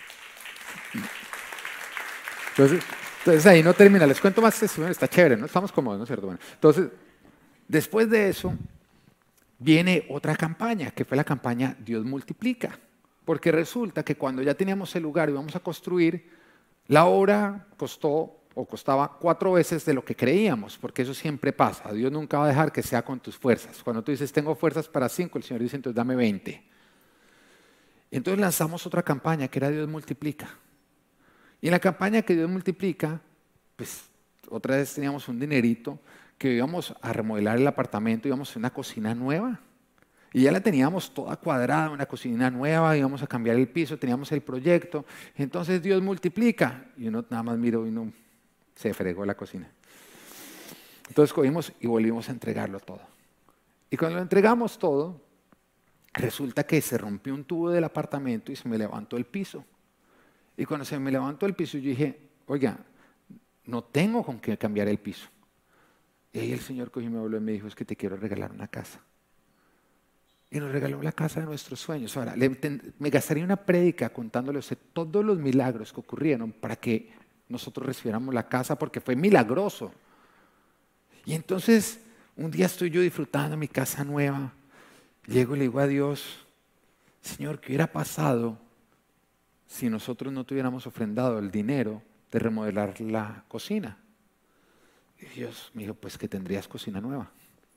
ahí no termina. Les cuento más testimonio, está chévere, ¿no? Estamos cómodos, ¿no es cierto? Bueno, entonces, después de eso, viene otra campaña, que fue la campaña Dios multiplica. Porque resulta que cuando ya teníamos el lugar y íbamos a construir, la obra costaba 4 veces de lo que creíamos, porque eso siempre pasa. Dios nunca va a dejar que sea con tus fuerzas. Cuando tú dices, tengo fuerzas para 5, el Señor dice, entonces dame 20. Entonces lanzamos otra campaña que era Dios multiplica. Y en la campaña que Dios multiplica, pues otra vez teníamos un dinerito que íbamos a remodelar el apartamento, íbamos a hacer una cocina nueva. Y ya la teníamos toda cuadrada, una cocina nueva, íbamos a cambiar el piso, teníamos el proyecto. Entonces Dios multiplica. Y uno nada más miró y no, se fregó la cocina. Entonces cogimos y volvimos a entregarlo todo. Y cuando lo entregamos todo, resulta que se rompió un tubo del apartamento y se me levantó el piso. Y cuando se me levantó el piso, yo dije, oiga, no tengo con qué cambiar el piso. Y ahí el Señor cogió y me habló y me dijo, es que te quiero regalar una casa. Y nos regaló la casa de nuestros sueños. Ahora, me gastaría una prédica contándole a usted todos los milagros que ocurrieron para que nosotros recibiéramos la casa porque fue milagroso. Y entonces, un día estoy yo disfrutando mi casa nueva, llego y le digo a Dios, Señor, ¿qué hubiera pasado si nosotros no tuviéramos ofrendado el dinero de remodelar la cocina? Y Dios me dijo, pues que tendrías cocina nueva.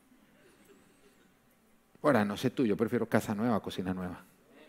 Ahora, no sé tú, yo prefiero casa nueva a cocina nueva.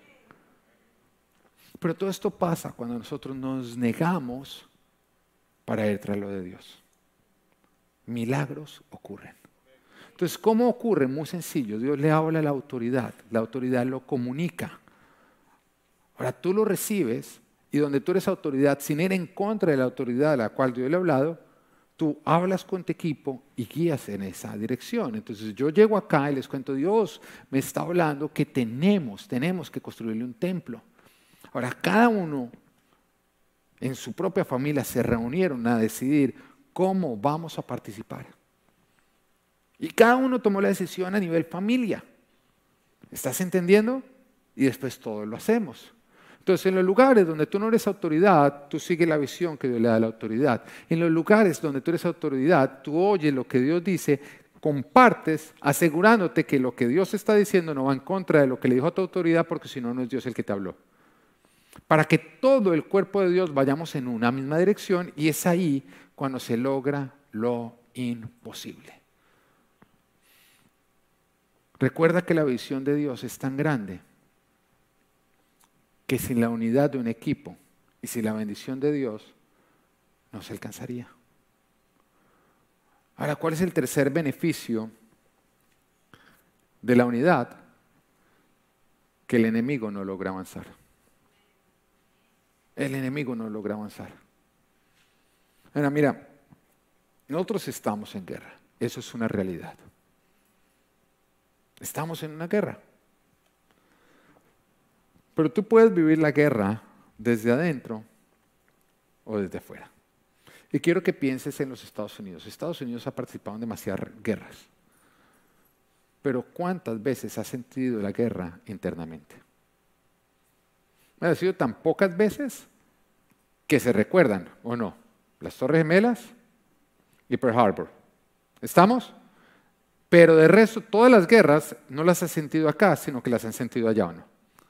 Pero todo esto pasa cuando nosotros nos negamos para ir tras lo de Dios. Milagros ocurren. Entonces, ¿cómo ocurre? Muy sencillo. Dios le habla a la autoridad lo comunica. Ahora tú lo recibes y donde tú eres autoridad, sin ir en contra de la autoridad a la cual Dios le ha hablado, tú hablas con tu equipo y guías en esa dirección. Entonces yo llego acá y les cuento, Dios me está hablando que tenemos que construirle un templo. Ahora cada uno en su propia familia se reunieron a decidir cómo vamos a participar. Y cada uno tomó la decisión a nivel familia. ¿Estás entendiendo? Y después todos lo hacemos. Entonces, en los lugares donde tú no eres autoridad, tú sigues la visión que Dios le da a la autoridad. En los lugares donde tú eres autoridad, tú oyes lo que Dios dice, compartes, asegurándote que lo que Dios está diciendo no va en contra de lo que le dijo a tu autoridad, porque si no, no es Dios el que te habló. Para que todo el cuerpo de Dios vayamos en una misma dirección, y es ahí cuando se logra lo imposible. Recuerda que la visión de Dios es tan grande que sin la unidad de un equipo y sin la bendición de Dios no se alcanzaría. Ahora, ¿cuál es el tercer beneficio de la unidad? Que el enemigo no logra avanzar. El enemigo no logra avanzar. Ahora, mira, nosotros estamos en guerra. Eso es una realidad. Estamos en una guerra. Pero tú puedes vivir la guerra desde adentro o desde afuera. Y quiero que pienses en los Estados Unidos. Estados Unidos ha participado en demasiadas guerras. Pero ¿cuántas veces has sentido la guerra internamente? Ha sido tan pocas veces que se recuerdan, ¿o no? Las Torres Gemelas y Pearl Harbor. ¿Estamos? Pero de resto, todas las guerras no las has sentido acá, sino que las han sentido allá, ¿o no?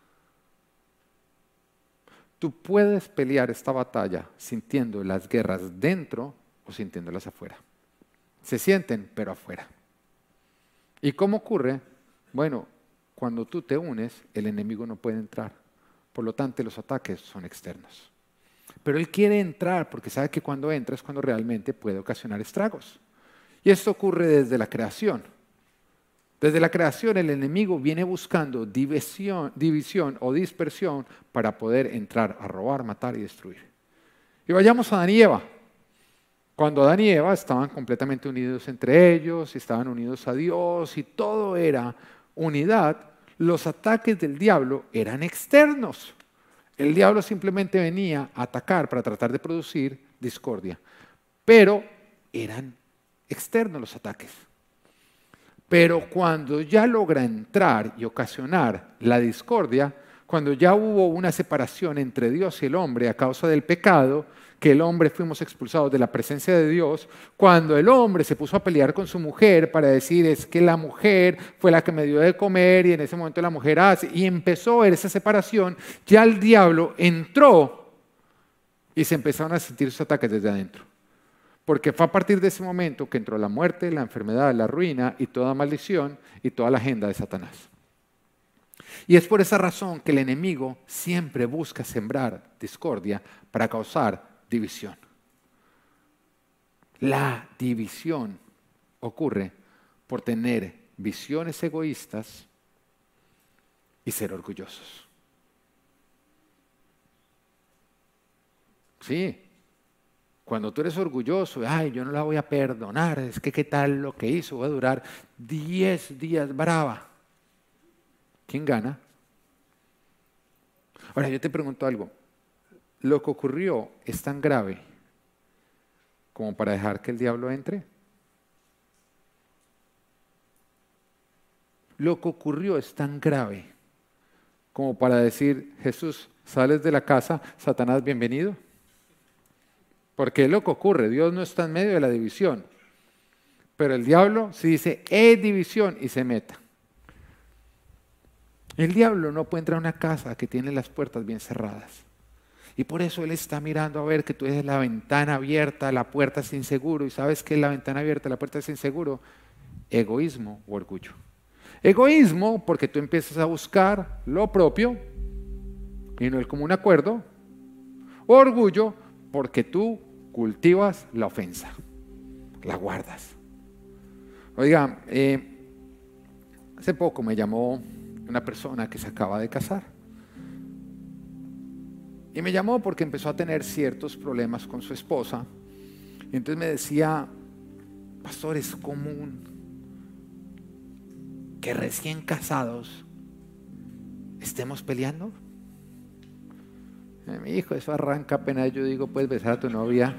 Tú puedes pelear esta batalla sintiendo las guerras dentro o sintiéndolas afuera. Se sienten, pero afuera. ¿Y cómo ocurre? Bueno, cuando tú te unes, el enemigo no puede entrar. Por lo tanto, los ataques son externos. Pero él quiere entrar porque sabe que cuando entra es cuando realmente puede ocasionar estragos. Y esto ocurre desde la creación. Desde la creación el enemigo viene buscando división o dispersión para poder entrar a robar, matar y destruir. Y vayamos a Adán y Eva. Cuando Adán y Eva estaban completamente unidos entre ellos, estaban unidos a Dios y todo era unidad, los ataques del diablo eran externos. El diablo simplemente venía a atacar para tratar de producir discordia. Pero eran externos los ataques. Pero cuando ya logra entrar y ocasionar la discordia, cuando ya hubo una separación entre Dios y el hombre a causa del pecado, que el hombre fuimos expulsados de la presencia de Dios, cuando el hombre se puso a pelear con su mujer para decir es que la mujer fue la que me dio de comer y en ese momento la mujer hace, y empezó a ver esa separación, ya el diablo entró y se empezaron a sentir sus ataques desde adentro. Porque fue a partir de ese momento que entró la muerte, la enfermedad, la ruina y toda maldición y toda la agenda de Satanás. Y es por esa razón que el enemigo siempre busca sembrar discordia para causar división. La división ocurre por tener visiones egoístas y ser orgullosos. Sí. Cuando tú eres orgulloso, ay, yo no la voy a perdonar, es que qué tal lo que hizo, va a durar 10 días brava. ¿Quién gana? Ahora, yo te pregunto algo. ¿Lo que ocurrió es tan grave como para dejar que el diablo entre? Lo que ocurrió es tan grave como para decir, Jesús, sales de la casa, Satanás, bienvenido. Porque es lo que ocurre, Dios no está en medio de la división. Pero el diablo sí dice, es división y se meta. El diablo no puede entrar a una casa que tiene las puertas bien cerradas. Y por eso él está mirando a ver que tú dejes la ventana abierta, la puerta sin seguro. ¿Y sabes qué es la ventana abierta, la puerta sin seguro? Egoísmo o orgullo. Egoísmo porque tú empiezas a buscar lo propio y no el común acuerdo. O orgullo porque tú cultivas la ofensa, la guardas. Oiga, hace poco me llamó una persona que se acaba de casar. Y me llamó porque empezó a tener ciertos problemas con su esposa. Y entonces me decía, pastor, es común que recién casados estemos peleando. Mi hijo, eso arranca apenas yo digo, puedes besar a tu novia.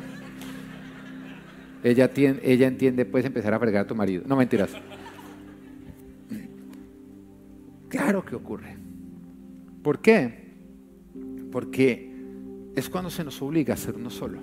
Ella entiende, puedes empezar a fregar a tu marido. No, mentiras. Claro que ocurre. ¿Por qué? Porque es cuando se nos obliga a ser uno solo.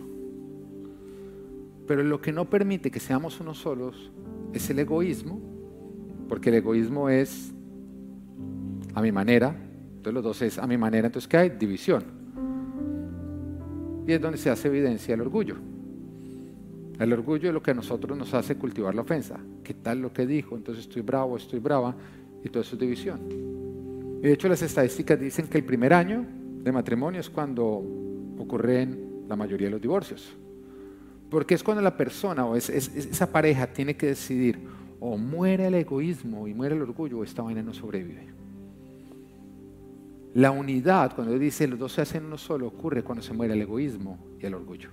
Pero lo que no permite que seamos unos solos es el egoísmo, porque el egoísmo es a mi manera, entonces los dos es a mi manera, entonces ¿qué hay? División. Y es donde se hace evidencia el orgullo. El orgullo es lo que a nosotros nos hace cultivar la ofensa. ¿Qué tal lo que dijo? Entonces estoy bravo, estoy brava, y todo eso es división. Y de hecho las estadísticas dicen que el primer año de matrimonio es cuando ocurren la mayoría de los divorcios. Porque es cuando la persona o esa pareja tiene que decidir o muere el egoísmo y muere el orgullo o esta vaina no sobrevive. La unidad, cuando Dios dice los dos se hacen uno solo, ocurre cuando se muere el egoísmo y el orgullo.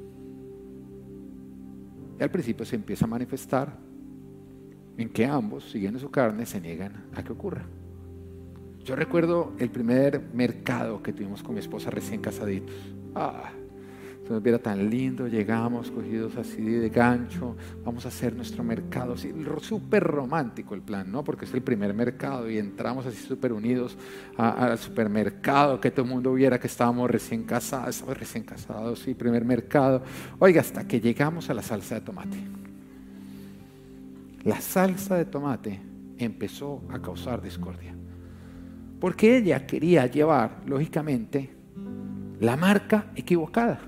Y al principio se empieza a manifestar en que ambos, siguiendo su carne, se niegan a que ocurra. Yo recuerdo el primer mercado que tuvimos con mi esposa recién casaditos. Se nos viera tan lindo, llegamos cogidos así de gancho, vamos a hacer nuestro mercado, así, súper romántico el plan, ¿no? Porque es el primer mercado y entramos así súper unidos al supermercado, que todo el mundo viera que estábamos recién casados, sí, primer mercado. Oiga, hasta que llegamos a la salsa de tomate. La salsa de tomate empezó a causar discordia. Porque ella quería llevar, lógicamente, la marca equivocada.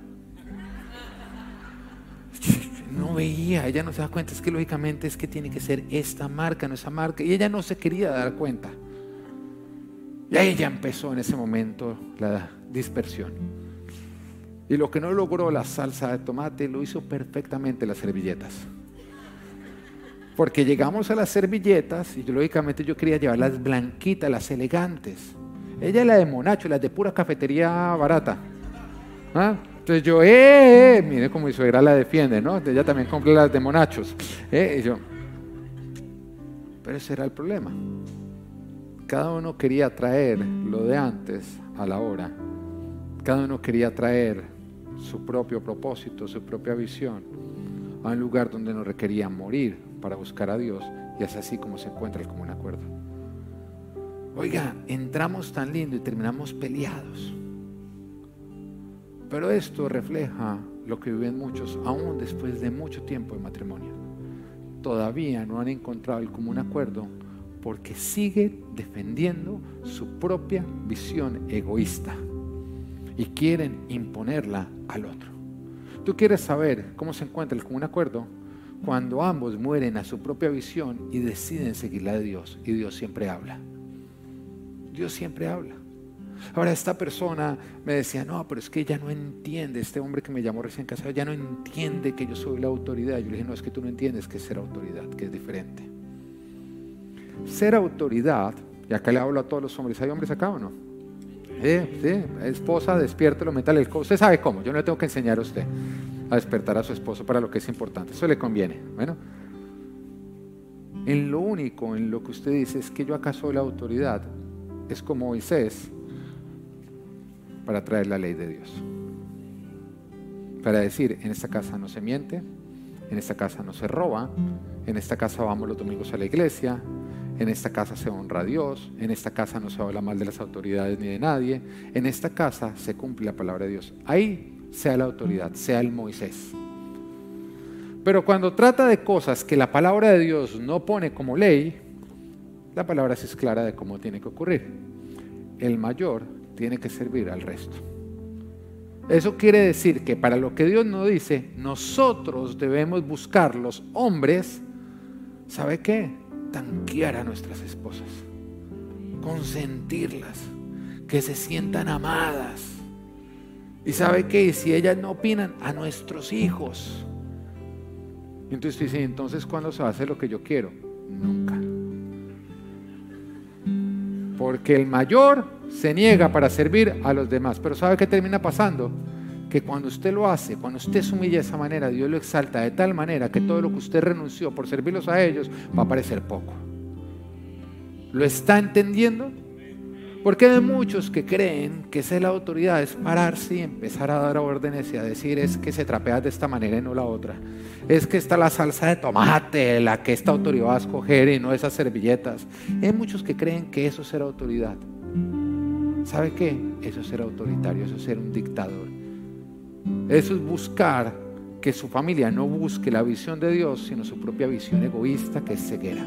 No veía, ella no se da cuenta, es que lógicamente es que tiene que ser esta marca, no esa marca. Y ella no se quería dar cuenta. Y ahí ya empezó en ese momento la dispersión. Y lo que no logró la salsa de tomate, lo hizo perfectamente las servilletas. Porque llegamos a las servilletas y lógicamente yo quería llevar las blanquitas, las elegantes. Ella es la de Monacho, las de pura cafetería barata. Entonces yo, mire cómo mi suegra la defiende, ¿no? Ella también compra las de Monachos. Y yo, pero ese era el problema. Cada uno quería traer lo de antes a la hora. Cada uno quería traer su propio propósito, su propia visión a un lugar donde no requería morir para buscar a Dios, y es así como se encuentra el común acuerdo. Oiga, entramos tan lindo y terminamos peleados. Pero esto refleja lo que viven muchos, aún después de mucho tiempo de matrimonio. Todavía no han encontrado el común acuerdo porque siguen defendiendo su propia visión egoísta y quieren imponerla al otro. ¿Tú quieres saber cómo se encuentra el común acuerdo? Cuando ambos mueren a su propia visión y deciden seguir la de Dios. Y Dios siempre habla. Dios siempre habla. Ahora esta persona me decía, no, pero es que ella no entiende, este hombre que me llamó recién casado, ya no entiende que yo soy la autoridad. Yo le dije, no, es que tú no entiendes que es ser autoridad, que es diferente. Ser autoridad, y acá le hablo a todos los hombres, ¿hay hombres acá o no? Sí, esposa, despiértelo, métale el codo. Usted sabe cómo, yo no le tengo que enseñar a usted a despertar a su esposo para lo que es importante, eso le conviene. Bueno, en lo único en lo que usted dice es que yo acá soy la autoridad, es como Moisés para traer la ley de Dios, para decir, en esta casa no se miente, en esta casa no se roba, en esta casa vamos los domingos a la iglesia, en esta casa se honra a Dios, en esta casa no se habla mal de las autoridades ni de nadie, en esta casa se cumple la palabra de Dios. Ahí sea la autoridad, sea el Moisés. Pero cuando trata de cosas que la palabra de Dios no pone como ley, la palabra sí es clara de cómo tiene que ocurrir. El mayor tiene que servir al resto. Eso quiere decir que para lo que Dios nos dice, nosotros debemos buscar los hombres, ¿sabe qué? Tanquear a nuestras esposas, consentirlas, que se sientan amadas. ¿Y sabe qué? Si ellas no opinan, a nuestros hijos. Entonces dice, entonces ¿cuándo se va a hacer lo que yo quiero? Nunca. Porque el mayor se niega para servir a los demás. Pero ¿sabe qué termina pasando? Que cuando usted lo hace, cuando usted se humilla de esa manera, Dios lo exalta de tal manera que todo lo que usted renunció por servirlos a ellos va a parecer poco. ¿Lo está entendiendo? Porque hay muchos que creen que ser la autoridad es pararse y empezar a dar órdenes y a decir es que se trapea de esta manera y no la otra. Es que está la salsa de tomate, la que esta autoridad va a escoger y no esas servilletas. Hay muchos que creen que eso es ser autoridad. ¿Sabe qué? Eso es ser autoritario, eso es ser un dictador. Eso es buscar que su familia no busque la visión de Dios, sino su propia visión egoísta, que es ceguera.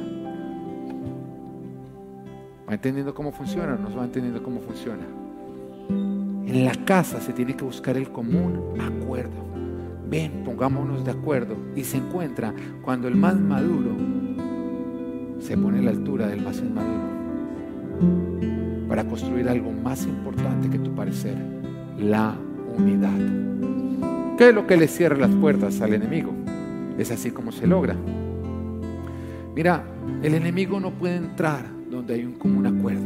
¿Va entendiendo cómo funciona o no se va entendiendo cómo funciona? En la casa se tiene que buscar el común acuerdo. Ven, pongámonos de acuerdo. Y se encuentra cuando el más maduro se pone a la altura del más inmaduro para construir algo más importante que tu parecer, la unidad. ¿Qué es lo que le cierra las puertas al enemigo? Es así como se logra. Mira, el enemigo no puede entrar donde hay un común acuerdo.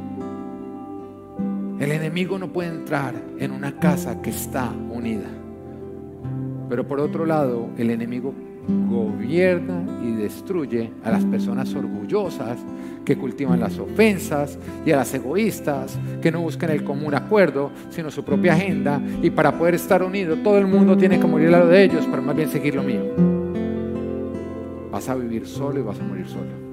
El enemigo no puede entrar en una casa que está unida. Pero por otro lado, el enemigo gobierna y destruye a las personas orgullosas que cultivan las ofensas y a las egoístas que no buscan el común acuerdo sino su propia agenda, y para poder estar unido todo el mundo tiene que morir a lo de ellos, pero más bien seguir lo mío. Vas a vivir solo y vas a morir solo.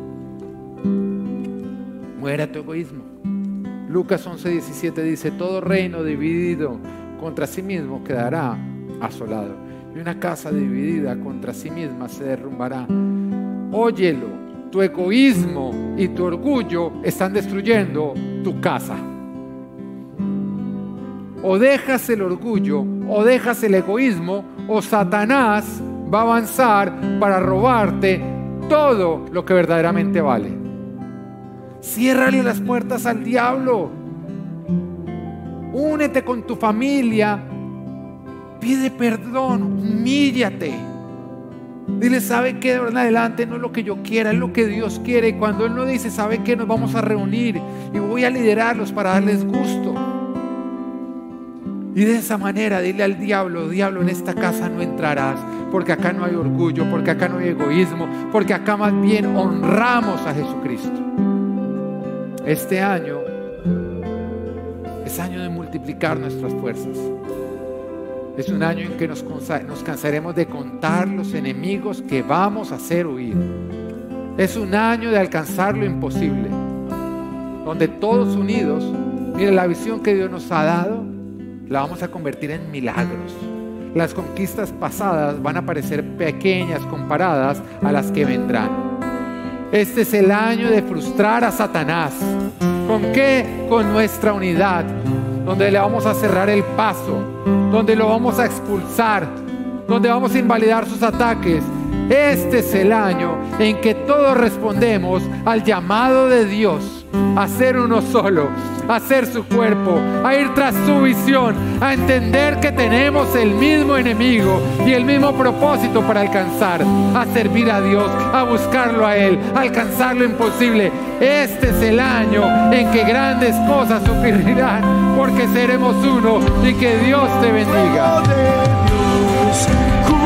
Muere tu egoísmo. Lucas 11:17 dice: todo reino dividido contra sí mismo quedará asolado, y una casa dividida contra sí misma se derrumbará. Óyelo, tu egoísmo y tu orgullo están destruyendo tu casa. O dejas el orgullo, o dejas el egoísmo, o Satanás va a avanzar para robarte todo lo que verdaderamente vale. Ciérrale las puertas al diablo. Únete con tu familia. Pide perdón, humíllate. Dile, ¿sabe qué? De ahora en adelante no es lo que yo quiera, es lo que Dios quiere. Y cuando Él nos dice, ¿sabe qué? Nos vamos a reunir y voy a liderarlos para darles gusto. Y de esa manera dile al diablo: diablo, en esta casa no entrarás, porque acá no hay orgullo, porque acá no hay egoísmo, porque acá más bien honramos a Jesucristo. Este año es año de multiplicar nuestras fuerzas. Es un año en que nos cansaremos de contar los enemigos que vamos a hacer huir. Es un año de alcanzar lo imposible, donde todos unidos, mire, la visión que Dios nos ha dado, la vamos a convertir en milagros. Las conquistas pasadas van a parecer pequeñas comparadas a las que vendrán. Este es el año de frustrar a Satanás. ¿Con qué? Con nuestra unidad, donde le vamos a cerrar el paso, donde lo vamos a expulsar, donde vamos a invalidar sus ataques. Este es el año en que todos respondemos al llamado de Dios a ser uno solo, a ser su cuerpo, a ir tras su visión, a entender que tenemos el mismo enemigo y el mismo propósito para alcanzar, a servir a Dios, a buscarlo a Él, a alcanzar lo imposible. Este es el año en que grandes cosas ocurrirán, porque seremos uno, y que Dios te bendiga.